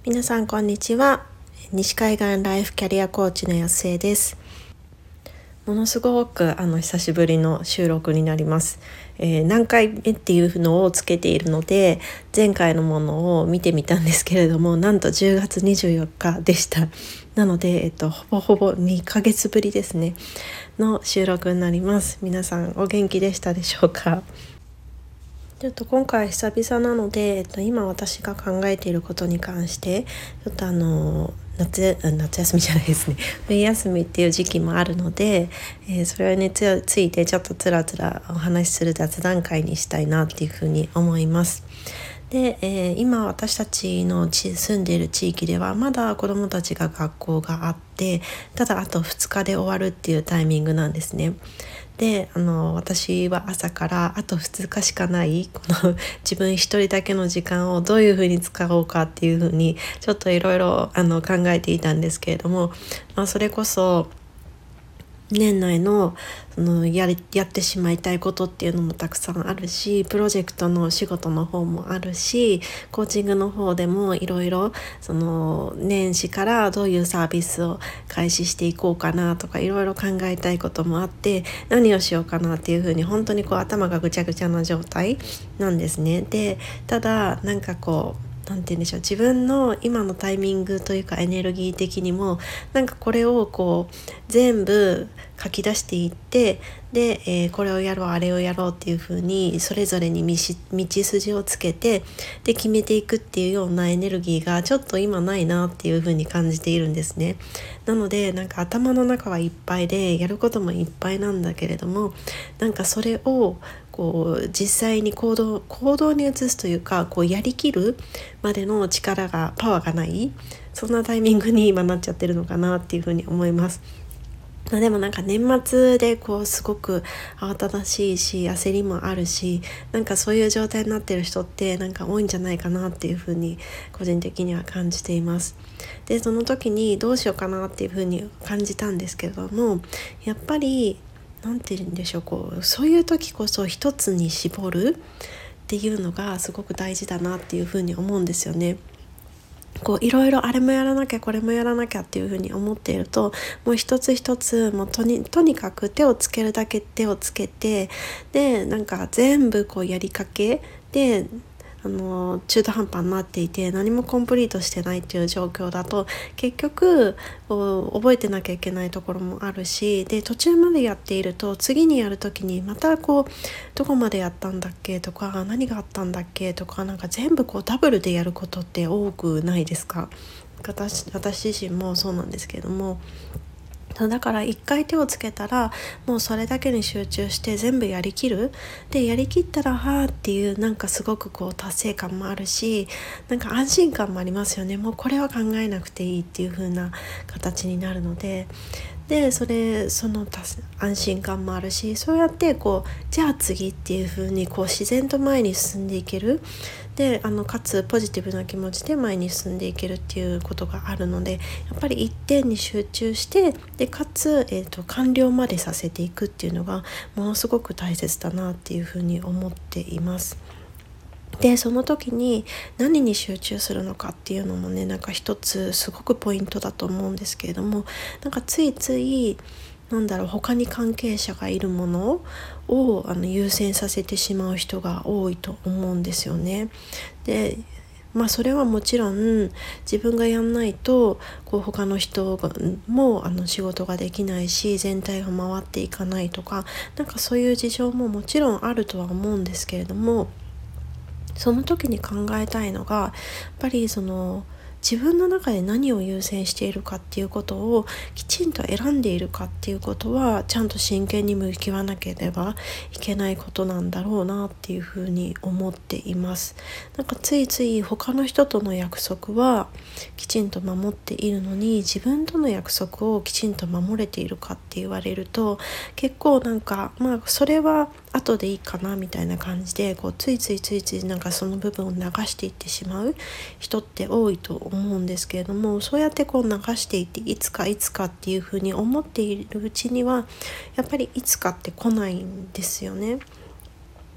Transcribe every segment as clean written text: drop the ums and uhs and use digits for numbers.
皆さんこんにちは。西海岸ライフキャリアコーチの安江です。ものすごく久しぶりの収録になります。何回目っていうのをつけているので、前回のものを見てみたんですけれども、なんと10月24日でした。なので、ほぼほぼ2ヶ月ぶりですねの収録になります。皆さんお元気でしたでしょうか。ちょっと今回久々なので、今私が考えていることに関してちょっと夏休みじゃないですね冬休みっていう時期もあるので、それについてちょっとつらつらお話しする雑談会にしたいなっていうふうに思います。で、今私たちの住んでいる地域ではまだ子どもたちが学校があって、ただあと2日で終わるっていうタイミングなんですね。で私は朝からあと2日しかないこの自分一人だけの時間をどういうふうに使おうかっていうふうにちょっといろいろ考えていたんですけれども、それこそ年内のやってしまいたいことっていうのもたくさんあるし、プロジェクトの仕事の方もあるし、コーチングの方でもいろいろ年始からどういうサービスを開始していこうかなとかいろいろ考えたいこともあって、何をしようかなっていうふうに本当に頭がぐちゃぐちゃな状態なんですね。でただなんて言うんでしょう、自分の今のタイミングというかエネルギー的にもこれを全部書き出していって、で、これをやろうあれをやろうっていう風にそれぞれに道筋をつけてで決めていくっていうようなエネルギーがちょっと今ないなっていう風に感じているんですね。なので頭の中はいっぱいでやることもいっぱいなんだけれども、それを実際に行動に移すというかやりきるまでのパワーがない、そんなタイミングに今なっちゃってるのかなっていうふうに思います。でも年末ですごく慌ただしいし焦りもあるし、そういう状態になってる人って多いんじゃないかなっていうふうに個人的には感じています。でその時にどうしようかなっていうふうに感じたんですけれども、やっぱりなんて言うんでしょう、そういう時こそ一つに絞るっていうのがすごく大事だなっていうふうに思うんですよね。いろいろあれもやらなきゃこれもやらなきゃっていうふうに思っていると、もう一つ一つもうとにかく手をつけるだけ手をつけて、で全部やりかけで中途半端になっていて何もコンプリートしてないっていう状況だと、結局覚えてなきゃいけないところもあるし、で途中までやっていると次にやるときにまたどこまでやったんだっけとか何があったんだっけとか全部ダブルでやることって多くないですか。私自身もそうなんですけれども、だから一回手をつけたらもうそれだけに集中して全部やりきる。でやりきったらはーっていうすごく達成感もあるし、安心感もありますよね。もうこれは考えなくていいっていう風な形になるので、その安心感もあるし、そうやってじゃあ次っていう風に自然と前に進んでいける。でかつポジティブな気持ちで前に進んでいけるっていうことがあるので、やっぱり一点に集中してでかつ、完了までさせていくっていうのがものすごく大切だなっていうふうに思っています。でその時に何に集中するのかっていうのもね、一つすごくポイントだと思うんですけれども、ついつい他に関係者がいるものを優先させてしまう人が多いと思うんですよね。でそれはもちろん自分がやんないと他の人も仕事ができないし全体が回っていかないとかそういう事情ももちろんあるとは思うんですけれども、その時に考えたいのがやっぱり自分の中で何を優先しているかっていうことをきちんと選んでいるかっていうことはちゃんと真剣に向き合わなければいけないことなんだろうなっていうふうに思っています。ついつい他の人との約束はきちんと守っているのに自分との約束をきちんと守れているかって言われると、結構それは後でいいかなみたいな感じでついついその部分を流していってしまう人って多いと思うんですけれども、そうやって流していっていつかっていうふうに思っているうちにはやっぱりいつかって来ないんですよね。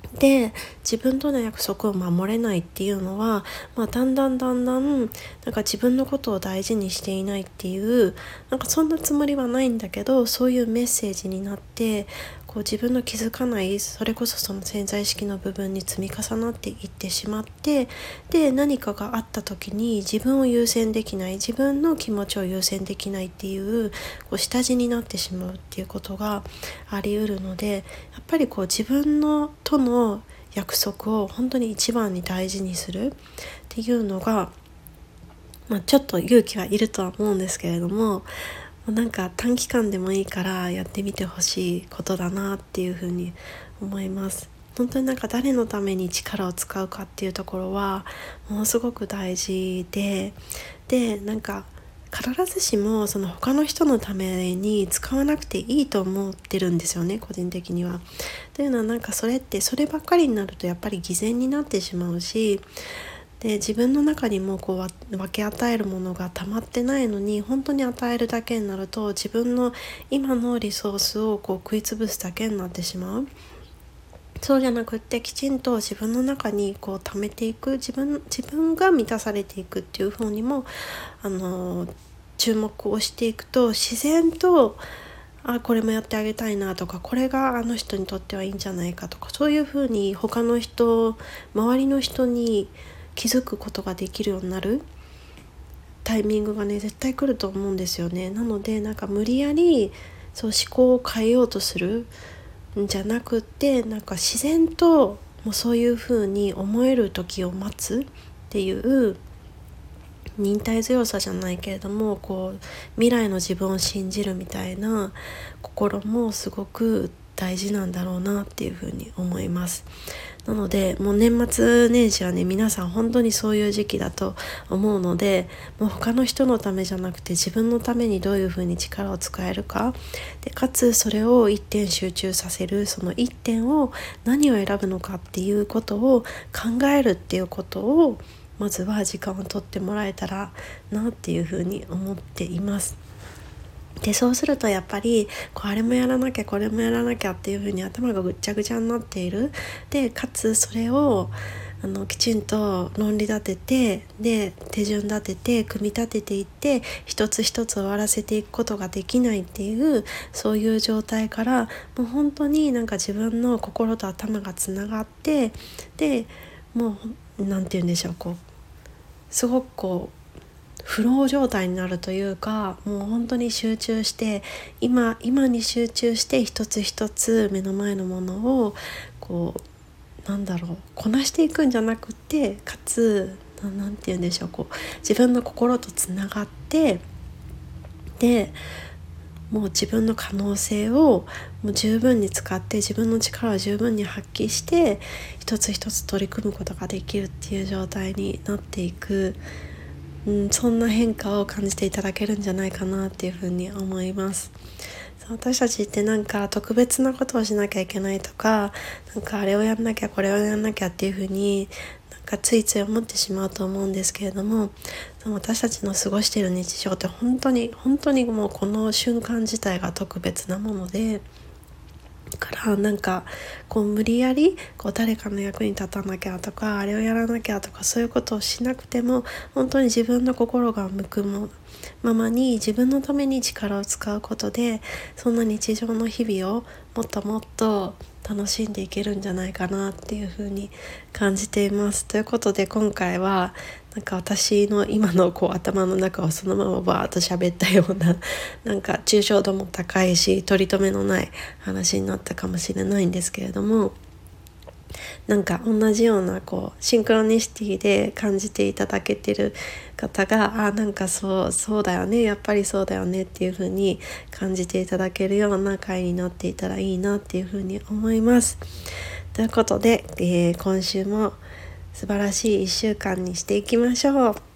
で自分との約束を守れないっていうのは、だんだんなんか自分のことを大事にしていないっていう、なんかそんなつもりはないんだけど、そういうメッセージになって、こう自分の気づかない、それこそその潜在意識の部分に積み重なっていってしまって、で何かがあった時に自分を優先できない、自分の気持ちを優先できないっていう、こう下地になってしまうっていうことがあり得るので、やっぱりこう自分のとの約束を本当に一番に大事にするっていうのが、ちょっと勇気はいるとは思うんですけれども、なんか短期間でもいいからやってみてほしいことだなっていうふうに思います。本当になんか誰のために力を使うかっていうところはものすごく大事で、なんか必ずしもその他の人のために使わなくていいと思ってるんですよね、個人的には。というのはなんかそればっかりになるとやっぱり偽善になってしまうし、で自分の中にもこう分け与えるものが溜まってないのに本当に与えるだけになると、自分の今のリソースをこう食い潰すだけになってしまう。そうじゃなくって、きちんと自分の中にこう溜めていく、自分が満たされていくっていう方にも注目をしていくと、自然とこれもやってあげたいなとか、これがあの人にとってはいいんじゃないかとか、そういうふうに他の人、周りの人に気づくことができるようになるタイミングがね、絶対来ると思うんですよね。なのでなんか無理やりそう思考を変えようとするんじゃなくって、なんか自然ともうそういう風に思える時を待つっていう忍耐強さじゃないけれども、こう未来の自分を信じるみたいな心もすごく大事なんだろうなっていうふうに思います。なのでもう年末年始はね、皆さん本当にそういう時期だと思うので、もう他の人のためじゃなくて自分のためにどういうふうに力を使えるかで、かつそれを一点集中させる、その一点を何を選ぶのかっていうことを考えるっていうことをまずは時間を取ってもらえたらなっていうふうに思っています。でそうするとやっぱりあれもやらなきゃこれもやらなきゃっていう風に頭がぐっちゃぐちゃになっている。でかつそれをきちんと論理立てて、で手順立てて組み立てていって、一つ一つ終わらせていくことができないっていう、そういう状態から、もう本当になんか自分の心と頭がつながって、でもうなんて言うんでしょう、すごくフロー状態になるというか、もう本当に集中して、今に集中して一つ一つ目の前のものをこなしていくんじゃなくて、かつなんて言うんでしょう、自分の心とつながって、でもう自分の可能性をもう十分に使って、自分の力を十分に発揮して一つ一つ取り組むことができるっていう状態になっていく、そんな変化を感じていただけるんじゃないかなっていうふうに思います。私たちってなんか特別なことをしなきゃいけないとか、なんかあれをやんなきゃこれをやんなきゃっていうふうになんかついつい思ってしまうと思うんですけれども、私たちの過ごしている日常って本当にもうこの瞬間自体が特別なもので、からなんか無理やり誰かの役に立たなきゃとか、あれをやらなきゃとか、そういうことをしなくても、本当に自分の心が向くままに自分のために力を使うことで、そんな日常の日々をもっともっと楽しんでいけるんじゃないかなっていうふうに感じています。ということで今回はなんか私の今の頭の中をそのままバーッと喋ったような、なんか抽象度も高いし取り留めのない話になったかもしれないんですけれども、なんか同じようなシンクロニシティで感じていただけてる方が、なんかそうだよね、やっぱりそうだよねっていう風に感じていただけるような回になっていたらいいなっていう風に思います。ということで、今週も素晴らしい1週間にしていきましょう。